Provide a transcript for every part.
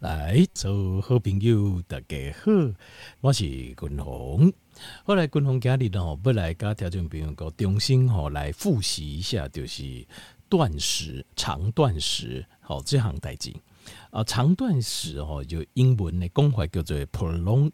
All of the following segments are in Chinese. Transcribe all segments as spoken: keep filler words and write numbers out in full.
来，所有好朋友大家好，我是君鸿。后来君鸿今日吼，要来跟听众朋友讲，重新吼来复习一下，就是断食、长断食，好这项代志啊。长断食吼，就英文的讲法叫做 prolonged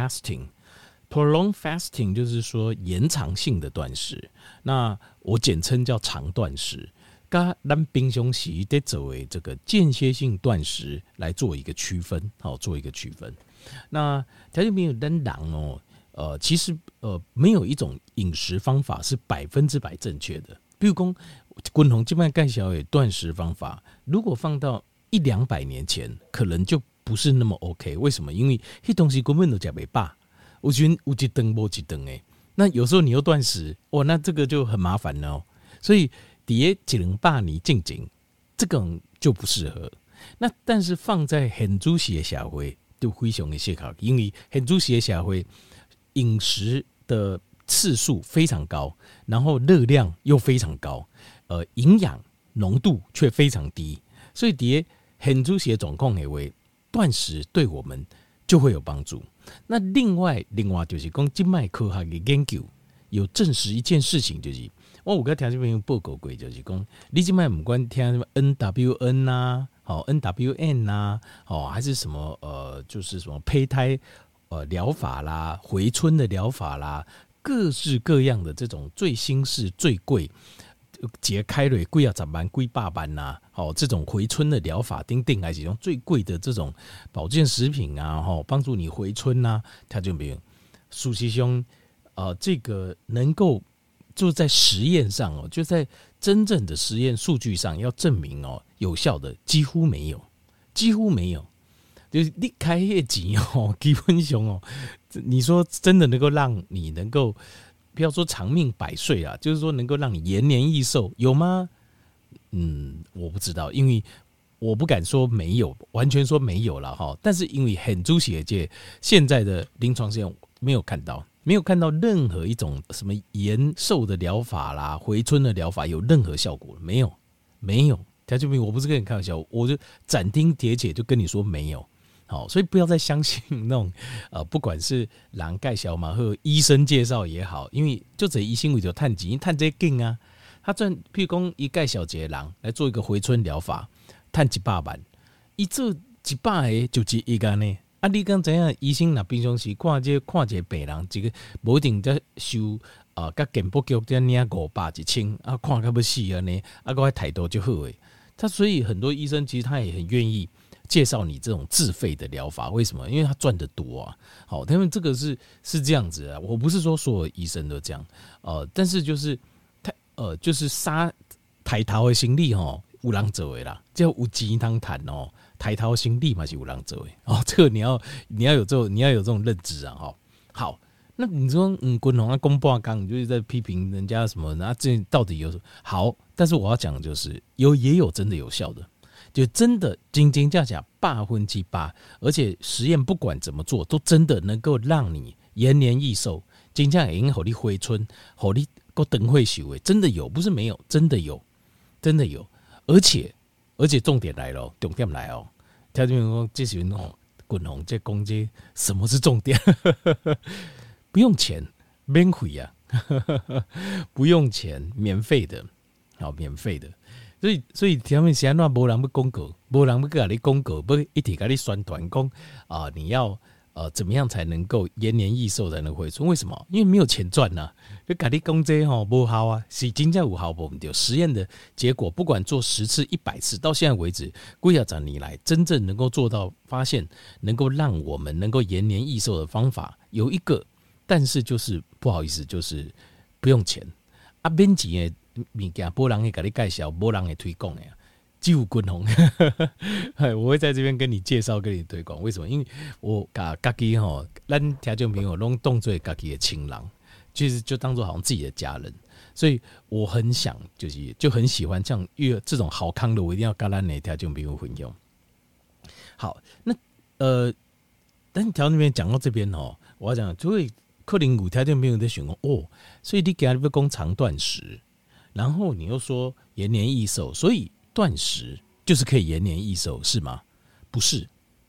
fasting。prolonged fasting 就是说延长性的断食，那我简称叫长断食。跟咱平常时在做的这个间歇性断食来做一个区分，好做一个区分。那条件朋友咱人哦，呃，其实呃没有一种饮食方法是百分之百正确的。比如说，君鸿这边介绍的断食方法，如果放到一两百年前，可能就不是那么 OK。为什么？因为那东西根本都吃不饱，有时有一顿没一顿哎。那有时候你又断食，哇，那这个就很麻烦了哦。所以底下一两百年进前，这个就不适合。那但是放在很主席的社会，就非常的适合，因为很主席的社会饮食的次数非常高，然后热量又非常高，呃，营养浓度却非常低，所以底下很主席的状况的话，断食对我们就会有帮助。那另外，另外就是讲，静脉科学的研究有证实一件事情，就是。我有跟听众朋友报告过，就是讲，你现在不管听什么 N W N 啊，好 N W N 啊，哦还是什么呃，就是什么胚胎呃疗法啦、回春的疗法啦，各式各样的这种最新式、最贵、节开蕊贵啊、十万、贵八万呐，好这种回春的疗法，丁丁还是用最贵的这种保健食品啊，哈，帮助你回春呐、啊，听众朋友，事实上，呃，这个能够。就在实验上哦，就在真正的实验数据上要证明哦，有效的几乎没有，几乎没有。就是你开业绩哦，基本上哦，你说真的能够让你能够不要说长命百岁啊，就是说能够让你延年益寿，有吗？嗯，我不知道，因为我不敢说没有，完全说没有了哈。但是因为很猪血界现在的临床实验没有看到。没有看到任何一种什么延寿的疗法啦、回春的疗法有任何效果，没有，没有。条件兵，我不是跟你开玩笑，我就斩钉截铁就跟你说没有。好，所以不要再相信那种呃，不管是人介绍嘛，或医生介绍也好，因为就这医生为就探钱，探这劲啊。他赚，譬如讲一介绍一个人来做一个回春疗法，探一百万，一做一百个就一亿个呢。啊！你讲怎样？医生若平常时看这看这病人，这个无一定在收啊，甲健保局在领五百一千啊，看甲要死啊呢，啊，个态度就好诶。他所以很多医生其实他也很愿意介绍你这种自费的疗法，为什么？因为他赚得多啊。好，他们这个是是这样子啊。我不是说所有医生都这样，呃，但是就是他呃，就是杀抬头的心理吼，有人做的啦，叫有钱通谈哦。抬头心力嘛是有人做的哦，这个你要你要有这种你要有这种认知啊哈。好，那你说嗯，君鸿啊，公报刚你就是在批评人家什么？那这到底有好？但是我要讲的就是有也有真的有效的，就真的真真假假百分之百，而且实验不管怎么做，都真的能够让你延年益寿，真正会让你回春，让你够等会寿的，真的有，不是没有，真的有，真的有，而且。而且重点来了，重点来哦！条件说这些哦，滚红这攻击什么是重点？不用钱，免费呀，不用钱，免费的，好，免费的。所以，所以他们现在没人要广告，没人要跟你广告，不一直跟你宣传讲啊，你要呃怎么样才能够延年益寿才能回春？为什么？因为没有钱赚呐、啊。就跟你讲这吼不好啊，是真正有效不？对，实验的结果，不管做十次、一百次，到现在为止，几啊十年来，真正能够做到发现，能够让我们能够延年益寿的方法有一个，但是就是不好意思，就是不用钱啊，免钱的物件，没人会给你介绍，没人会推广的。只有君鸿，我会在这边跟你介绍、跟你推广。为什么？因为我把自己吼，咱听众朋友拢当作自己的亲人。其实就当做好像自己的家人，所以我很想就是就很喜欢像越这种好康的，我一定要跟咱的听众朋友分享。好，那呃，但是条那边讲到这边哦，我要讲，就会可能有听众朋友在想哦，所以你给他要讲长断食，然后你又说延年益寿，所以断食就是可以延年益寿是吗？不是，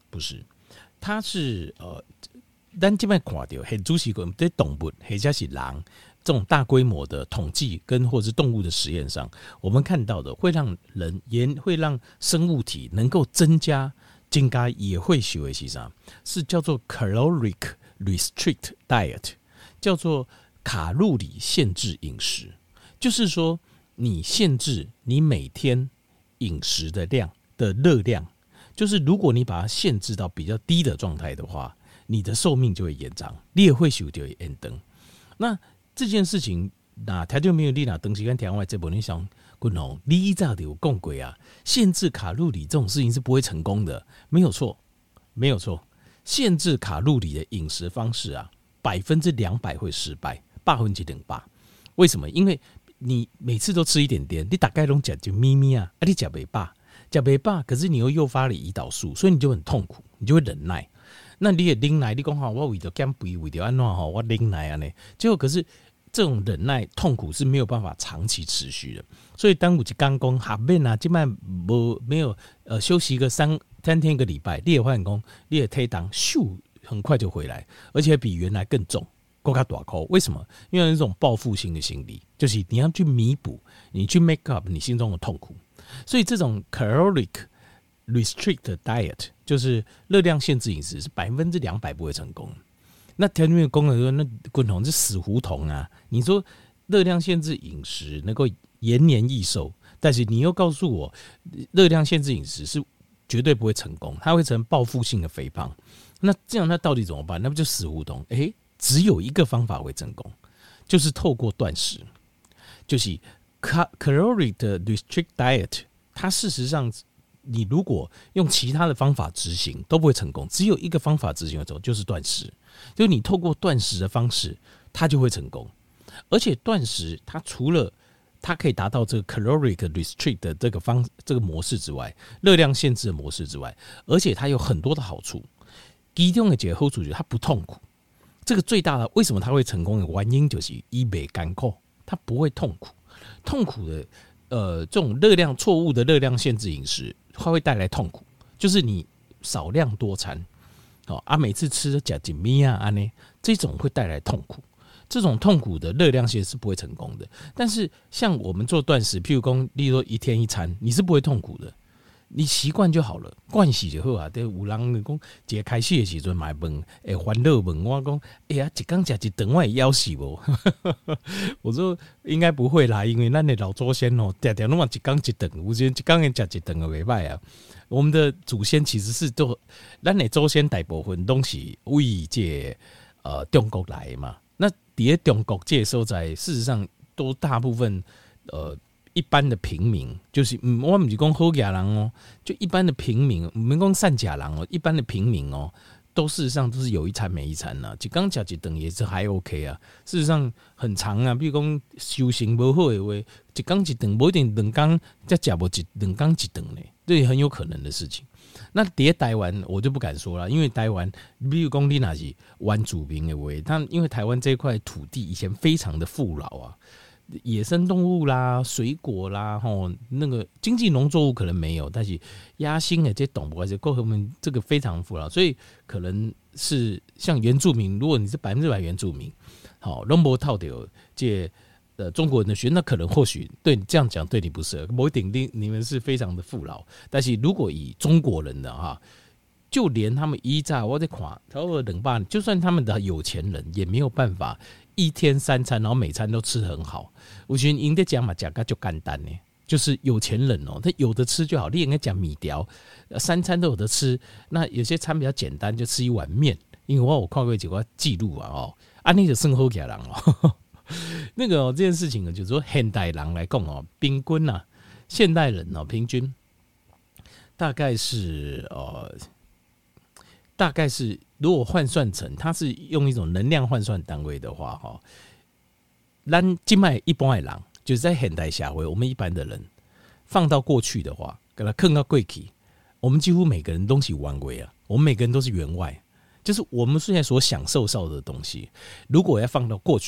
不是，它是呃，咱这边看到很主席个在动物或者是人这种大规模的统计跟或是动物的实验上，我们看到的会让人也会让生物体能够增加增加也会行为是啥？是叫做 caloric restrict diet， 叫做卡路里限制饮食，就是说你限制你每天饮食的量的热量，就是如果你把它限制到比较低的状态的话，你的寿命就会延长，你也会修掉延灯。那这件事情，那他就没有你那东西跟台湾这本你想，君宏，你早就有讲过啊，限制卡路里这种事情是不会成功的，没有错，没有错。限制卡路里的饮食方式啊，百分之两百会失败，百分之两百。为什么？因为你每次都吃一点点，你大概都吃就咪咪啊，啊你吃不饱，吃不饱，可是你又诱发了胰岛素，所以你就很痛苦，你就会忍耐。那你也忍耐，你讲好我为了减肥，为了安怎好我忍耐啊呢？结果可是这种忍耐痛苦是没有办法长期持续的。所以当有一天讲下面啊，今晚无没有呃休息个三三天一个礼拜，你也发现讲你的体重咻很快就回来，而且比原来更重。更加大口，为什么？因为有一种报复性的心理，就是你要去弥补，你去 make up 你心中的痛苦。所以这种 caloric restrict diet 就是热量限制饮食，是百分之两百不会成功。那条件工人说，那滚筒是死胡同啊！你说热量限制饮食能够延年益寿，但是你又告诉我，热量限制饮食是绝对不会成功，它会成报复性的肥胖。那这样，那到底怎么办？那不就死胡同？哎、欸。只有一个方法会成功，就是透过断食，就是 caloric 的 restrict diet。它事实上，你如果用其他的方法执行都不会成功，只有一个方法执行的时候就是断食。就是你透过断食的方式，它就会成功。而且断食，它除了它可以达到这个 caloric restrict 的这个方这个模式之外，热量限制的模式之外，而且它有很多的好处。其中的一个好处就是它不痛苦。这个最大的为什么它会成功的原因就是它不艰苦，它不会痛苦。痛苦的呃这种热量错误的热量限制饮食，它会带来痛苦，就是你少量多餐，哦啊每次吃吃一米啊安呢，这种会带来痛苦。这种痛苦的热量限制是不会成功的。但是像我们做断食，譬如说，例如说一天一餐，你是不会痛苦的。你习惯就好了，惯习就好啊。对，有人讲，一个开始的时阵买饭，诶，烦恼问我讲，哎呀，一天吃一顿，我会枵死无？我说应该不会啦，因为咱的老祖先哦，常常拢嘛一天一顿，有时一天会吃一顿就袂歹啊。我们的祖先其实是都，咱的祖先大部分都是为这呃中国来嘛。那伫中国这所在，事实上都大部分呃。一般的平民，就是嗯，我不是讲好假人哦，就一般的平民，我们讲善假人哦，一般的平民哦，都事实上都是有一餐没一餐呐、啊，一刚吃一顿也是还 OK 啊。事实上很长啊，比如讲修行不好的话，一刚一顿不一定两刚再吃不一两刚一顿呢，这也很有可能的事情。那在台湾我就不敢说了，因为台湾，比如讲你那是原住民的话，但因为台湾这块土地以前非常的富饶啊。野生动物啦、水果啦，吼，那个经济农作物可能没有，但是野生的这动物还是够他们这个非常富饶，所以可能是像原住民，如果你是百分之百原住民，好，拢无套到这呃中国人的学，那可能或许对你这样讲对你不是，某一点你你们是非常的富饶，但是如果以中国人的哈，就连他们依照我在看，差不多两百，就算他们的有钱人也没有办法。一天三餐，然后每餐都吃很好。我觉得应该讲嘛，讲个就简单呢，就是有钱人哦，他有的吃就好。你应该讲米条，三餐都有的吃。那有些餐比较简单，就吃一碗面。因为我有看过几个记录啊，哦，啊，那个生活给人哦，那个、哦、这件事情呢，就是说现代人来讲哦，平均啊，现代人哦，平均大概是呃。大概是，如果换算成，它是用一种能量换算单位的话，哈，咱今麦一般的人，就是在现代社会，我们一般的人放到过去的话，给它坑到过去，我们几乎每个人都是员外啊，我们每个人都是员外，就是我们现在所享受到的东西，如果要放到过去，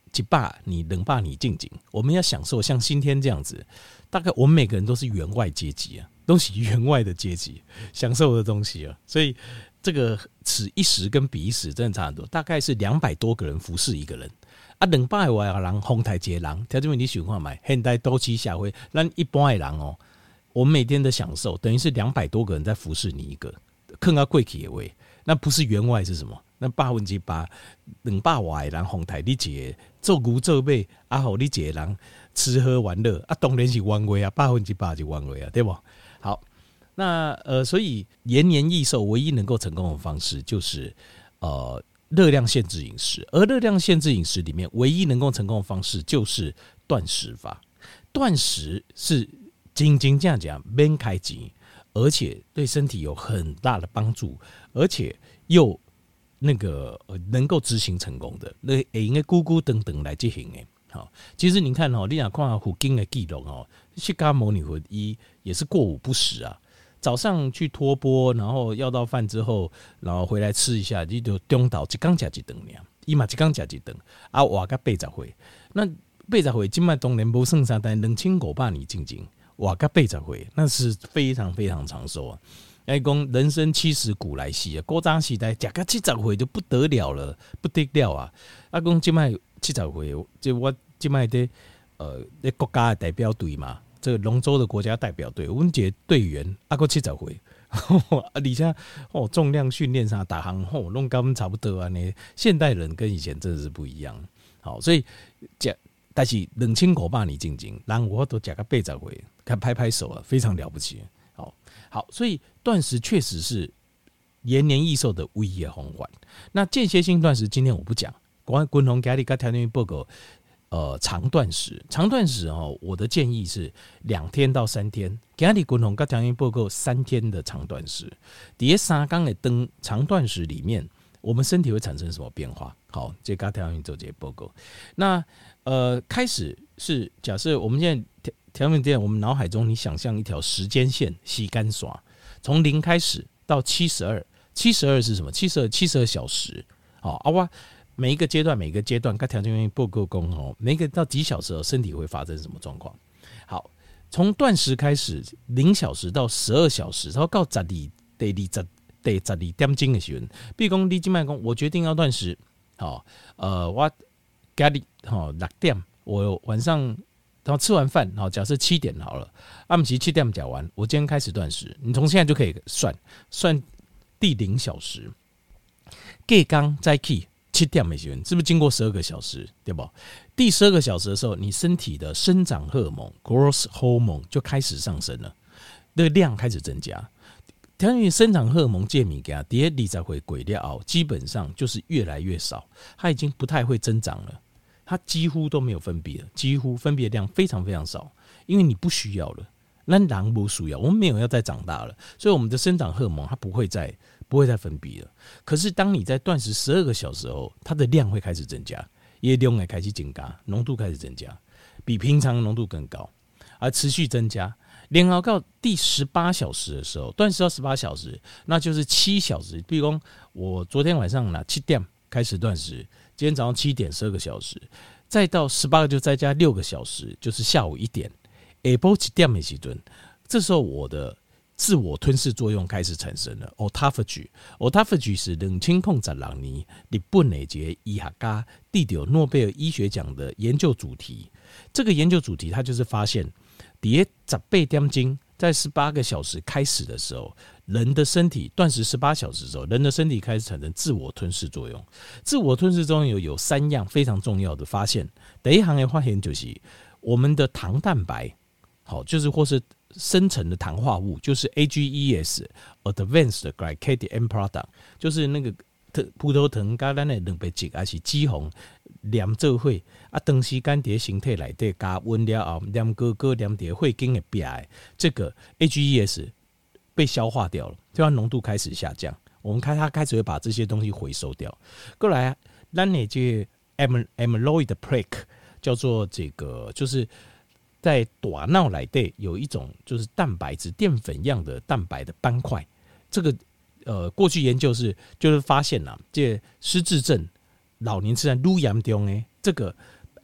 几霸你冷霸你静静，我们要享受像今天这样子，大概我们每个人都是员外阶级啊，都是员外的阶级，享受的东西啊，所以这个此一时跟彼一时真的差很多，大概是两百多个人服侍一个人啊，两百个人哄抬一个人，条件问题想看买，现代都市社会，咱一般的人哦，我们每天的享受等于是两百多个人在服侍你一个，更加贵气的位，那不是员外是什么？那百分之八两百外的人哄抬你一个做牛做马，啊好你一个人吃喝玩乐啊，当然是员外啊，百分之八是员外啊，对不？好，那呃，所以延年益寿唯一能够成功的方式就是呃热量限制饮食，而热量限制饮食里面唯一能够成功的方式就是断食法。断食是真真正正免开钱，而且对身体有很大的帮助，而且又那个能够执行成功的，那也应该咕咕等等来执行的。好，其实你看哦，你想看虎经的记录哦，释迦牟尼佛一也是过午不食啊，早上去托钵，然后要到饭之后，然后回来吃一下，你就中岛一缸吃一顿尔，伊嘛一缸吃一顿，啊，活到八十岁，那八十岁今麦当然无剩啥，但两千五百年静静活到八十岁，那是非常非常长寿啊。来讲人生七十古来稀啊，古早时代吃到七十岁就不得了了，不得了啊！啊，讲今麦七十岁，就我今麦的呃，那国家的代表队嘛，这个龙舟的国家代表队，阮一个队员啊，个七十岁，而且哦，重量训练上打行吼，弄跟我们差不多啊呢。现代人跟以前真的是不一样，好，所以讲，但是两千五百年静静，人我都吃到八十岁，看拍拍手啊，非常了不起。好，好，所以断食确实是延年益寿的唯一的方法。那间歇性断食今天我不讲，光滚红咖喱跟条件报告。呃，长断食，长断食哦，我的建议是两天到三天。今日滚红跟条件报告三天的长断食，第三天的灯长断食里面，我们身体会产生什么变化？好，这跟条件做这些报告。那呃，开始是假设我们现在条件店，我们脑海中你想象一条时间线，吸干刷，从零开始到七十二，七十二是什么？七十二，七十二小时。好，啊哇。每一个阶段，每一个阶段，跟条件原因报告工哦，每一个到几小时，身体会发生什么状况？好，从断食开始，零小时到十二小时，然后到十二第二十第十二点钟的时候，比如讲你今麦讲，我决定要断食，好，呃，我家里好六点，我晚上然后吃完饭，好，假设七点好了，暗时七点讲完，我今天开始断食，你从现在就可以算算第零小时，隔刚再去。七点的时候，是不是经过十二个小时，对不？第十二个小时的时候，你身体的生长荷尔蒙 （growth hormone） 就开始上升了，那个量开始增加。因为生长荷尔蒙这物件，第二二十岁过了后，基本上就是越来越少，它已经不太会增长了，它几乎都没有分泌了，几乎分泌的量非常非常少，因为你不需要了。那人不需要，我们没有要再长大了，所以我们的生长荷尔蒙它不会再。不会再分泌了。可是当你在断食十二个小时后，它的量会开始增加，也量会开始增加，浓度开始增加，比平常浓度更高，而持续增加。然后到第十八小时的时候，断食到十八小时，那就是七小时。比如说，我昨天晚上拿七点开始断食，今天早上七点十二个小时，再到十八个就再加六个小时，就是下午一点。下晡一点的时候，这时候我的自我吞噬作用开始产生了 autophagy。autophagy 是二千零十六年日本的一个医学家得到诺贝尔医学奖的研究主题。这个研究主题，它就是发现，在十八点钟，在十八个小时开始的时候，人的身体断食十八小时的时候，人的身体开始产生自我吞噬作用。自我吞噬作用有有三样非常重要的发现。第一行的发现就是我们的糖蛋白，好，就是或是生成的糖化物，就是 A G E S（Advanced Glycated End Product）， 就是那个葡萄糖跟咱的蛋白质还是脂肪连做伙啊，长时间在身体内底加温了后，连哥哥连在血经的壁的这个 A G E S 被消化掉了，就它浓度开始下降。我们看它开始会把这些东西回收掉。过来，咱的这 amyloid plaque 叫做这个，就是在大脑内底有一种就是蛋白质淀粉样的蛋白的斑块。这个呃，过去研究是就是发现啦，这失智症老年痴呆愈严重的这个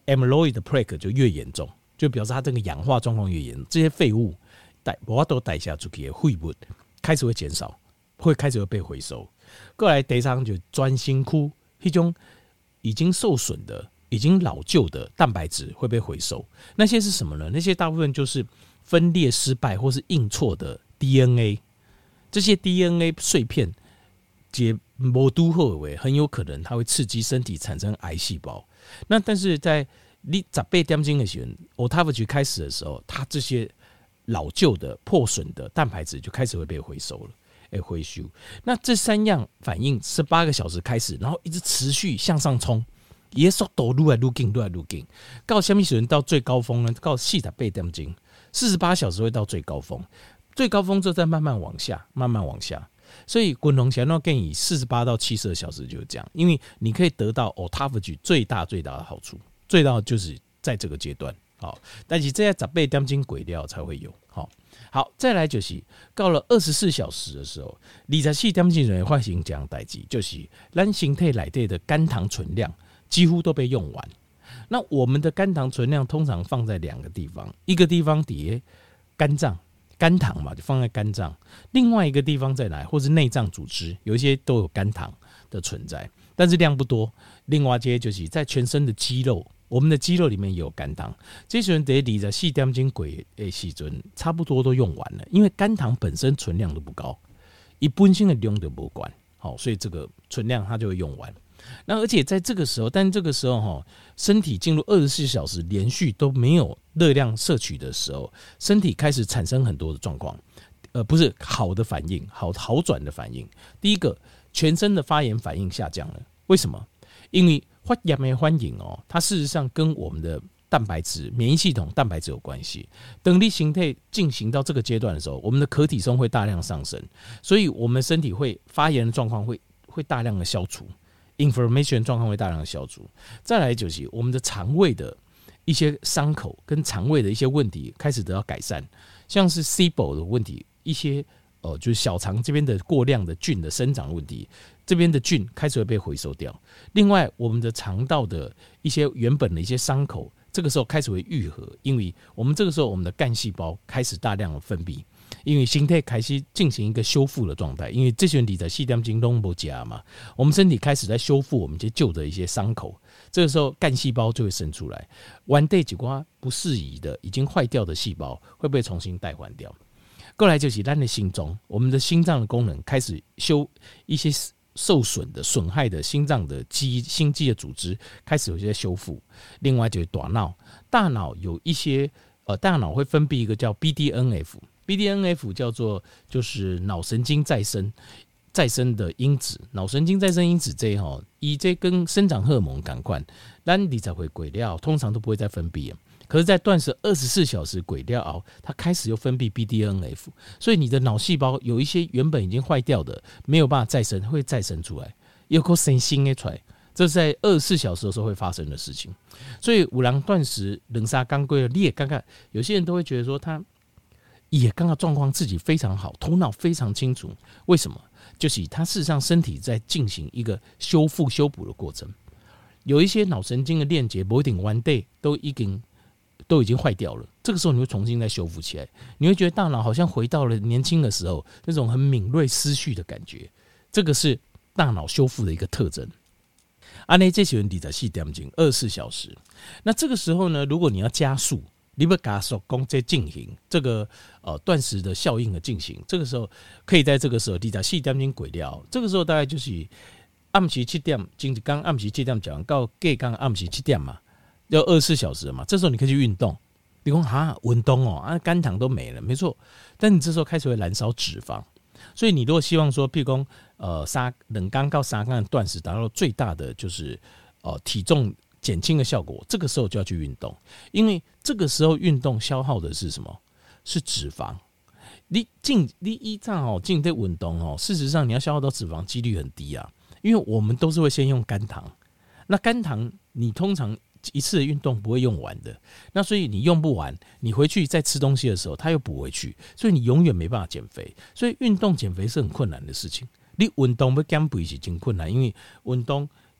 amyloid plaque 就越严重，就表示它这个氧化状况越严重，这些废物带我都带下出去的废物开始会减少，会开始会被回收。过来第三就专心区那种已经受损的、已经老旧的蛋白质会被回收。那些是什么呢？那些大部分就是分裂失败或是印错的 D N A， 这些 D N A 碎片结没都后尾，很有可能它会刺激身体产生癌细胞。那但是在你十八点钟的时候 autophagy 开始的时候，它这些老旧的破损的蛋白质就开始会被回收了，哎，回收。那这三样反应十八个小时开始，然后一直持续向上冲，也速度愈来愈紧，愈来愈紧。到什么时候到最高峰呢？到四十八点钟，四十八小时会到最高峰，最高峰之后再慢慢往下，慢慢往下。所以滚龙想要建议四十八到七十二小时就是这样，因为你可以得到 autophagy 最大最大的好处，最大就是在这个阶段。好，但是这些十八点钟过了才会有。好，好，再来就是到了二十四小时的时候，二十四点钟就会发生这样代志，就是咱身体内底的肝糖存量几乎都被用完。那我们的肝糖存量通常放在两个地方，一个地方底肝脏。肝糖嘛，就放在肝脏。另外一个地方在哪？或是内脏组织，有一些都有肝糖的存在，但是量不多。另外这些就是在全身的肌肉，我们的肌肉里面也有肝糖。这些人得二十四点钟过的时候，差不多都用完了，因为肝糖本身存量都不高，一本身的量都不管，好，所以这个存量它就会用完。那而且在这个时候，但这个时候哈，身体进入二十四小时连续都没有热量摄取的时候，身体开始产生很多的状况，呃，不是好的反应，好好转的反应。第一个，全身的发炎反应下降了，为什么？因为发炎的反应哦，它事实上跟我们的蛋白质、免疫系统蛋白质有关系。等你形态进行到这个阶段的时候，我们的可体松会大量上升，所以我们身体会发炎的状况会会大量的消除。inflammation 状况会大量的消除，再来就是我们的肠胃的一些伤口跟肠胃的一些问题开始得到改善，像是 S I B O 的问题，一些呃就是小肠这边的过量的菌的生长问题，这边的菌开始会被回收掉。另外，我们的肠道的一些原本的一些伤口，这个时候开始会愈合，因为我们这个时候我们的干细胞开始大量的分泌。因为身体开始进行一个修复的状态，因为这些人在四点钟都没吃嘛，我们身体开始在修复我们这些旧的一些伤口，这个时候干细胞就会生出来，完对几瓜不适宜的、已经坏掉的细胞会被重新代换掉。过来就是咱的心中，我们的心脏的功能开始修一些受损的、损害的心脏的肌、心肌的组织开始有一些修复。另外就是大脑，大脑有一些呃，大脑会分泌一个叫 B D N F。B D N F 叫做就是脑神经再生再生的因子，脑神经再生因子这吼，以这跟生长荷尔蒙感官，咱二十回过了通常都不会再分泌，可是，在断食二十四小时过了，它开始又分泌 B D N F， 所以你的脑细胞有一些原本已经坏掉的，没有办法再生，会再生出来，有可生新的出来。这是在二十四小时的时候会发生的事情。所以五郎断食冷沙刚归了，你也刚刚有些人都会觉得说他。也刚刚状况自己非常好，头脑非常清楚。为什么？就是他事实上身体在进行一个修复、修补的过程。有一些脑神经的链接，不一定 one day 都已经都已经坏掉了。这个时候你会重新再修复起来，你会觉得大脑好像回到了年轻的时候那种很敏锐思绪的感觉。这个是大脑修复的一个特征。安内这些人二十四点钟二十四小时，那这个时候呢，如果你要加速。你要加速讲在进行这个呃断食的效应的进行，这个时候可以在这个时候二十四点钟过了，这个时候大概就是暗时七点，今刚暗时七点讲到隔刚暗时七点嘛，要二十四小时嘛，这时候你可以去运动。你说哈运动哦，啊肝糖都没了，没错，但你这时候开始会燃烧脂肪，所以你如果希望说，譬如说呃三冷刚到三刚的断食达到最大的就是呃体重。减轻的效果，这个时候就要去运动，因为这个时候运动消耗的是什么？是脂肪。你进你依仗哦，进对运动哦，事实上你要消耗到脂肪几率很低啊，因为我们都是会先用肝糖，那肝糖你通常一次的运动不会用完的，那所以你用不完，你回去再吃东西的时候，它又补回去，所以你永远没办法减肥。所以运动减肥是很困难的事情。你运动要减肥是真困难，因为运动。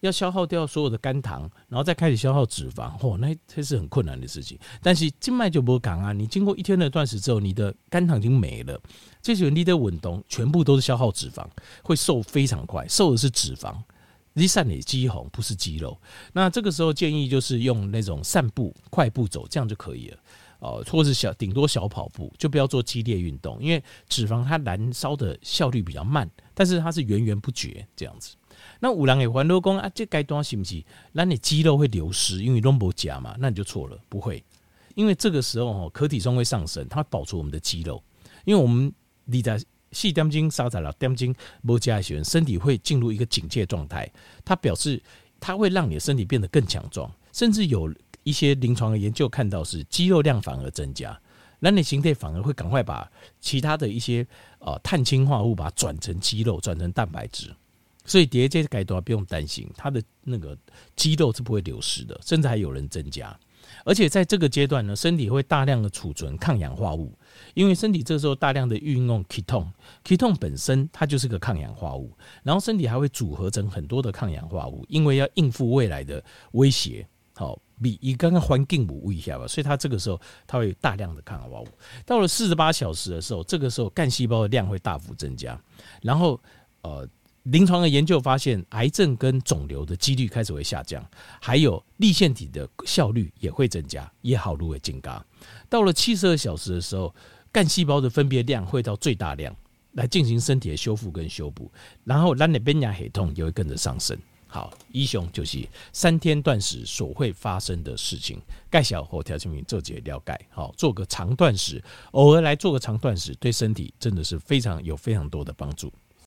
要消耗掉所有的肝糖，然后再开始消耗脂肪，哦，那这是很困难的事情。但是静脉就不讲啊，你经过一天的断食之后，你的肝糖已经没了，这时候你的运动全部都是消耗脂肪，会瘦非常快，瘦的是脂肪。你散你肌红不是肌肉，那这个时候建议就是用那种散步、快步走，这样就可以了。哦，或是小顶多小跑步，就不要做激烈运动，因为脂肪它燃烧的效率比较慢，但是它是源源不绝这样子。那有人会烦恼说啊，这阶段是不是让你肌肉会流失，因为都没吃嘛？那你就错了，不会，因为这个时候可体松会上升，它会保持我们的肌肉，因为我们你在四点钟、三十六点钟没吃的时候，身体会进入一个警戒状态，它表示它会让你的身体变得更强壮，甚至有一些临床的研究看到是肌肉量反而增加，那你形态反而会赶快把其他的一些呃碳氢化物把它转成肌肉，转成蛋白质。所以第二阶阶段不用担心，它的那个肌肉是不会流失的，甚至还有人增加。而且在这个阶段呢，身体会大量的储存抗氧化物，因为身体这时候大量的运用 ketone，ketone 本身它就是个抗氧化物，然后身体还会组合成很多的抗氧化物，因为要应付未来的威胁。好，比以刚刚环境不威胁吧，所以它这个时候它会有大量的抗氧化物。到了四十八小时的时候，这个时候干细胞的量会大幅增加，然后呃。临床的研究发现，癌症跟肿瘤的几率开始会下降，还有粒线体的效率也会增加，也好路会增加。到了七十二小时的时候，干细胞的分别量会到最大量，来进行身体的修复跟修补，然后咱的免疫系统也会跟着上升。好，以上就是三天断食所会发生的事情。介绍后条件民做解了解，好，做个长断食，偶尔来做个长断食，对身体真的是非常有非常多的帮助。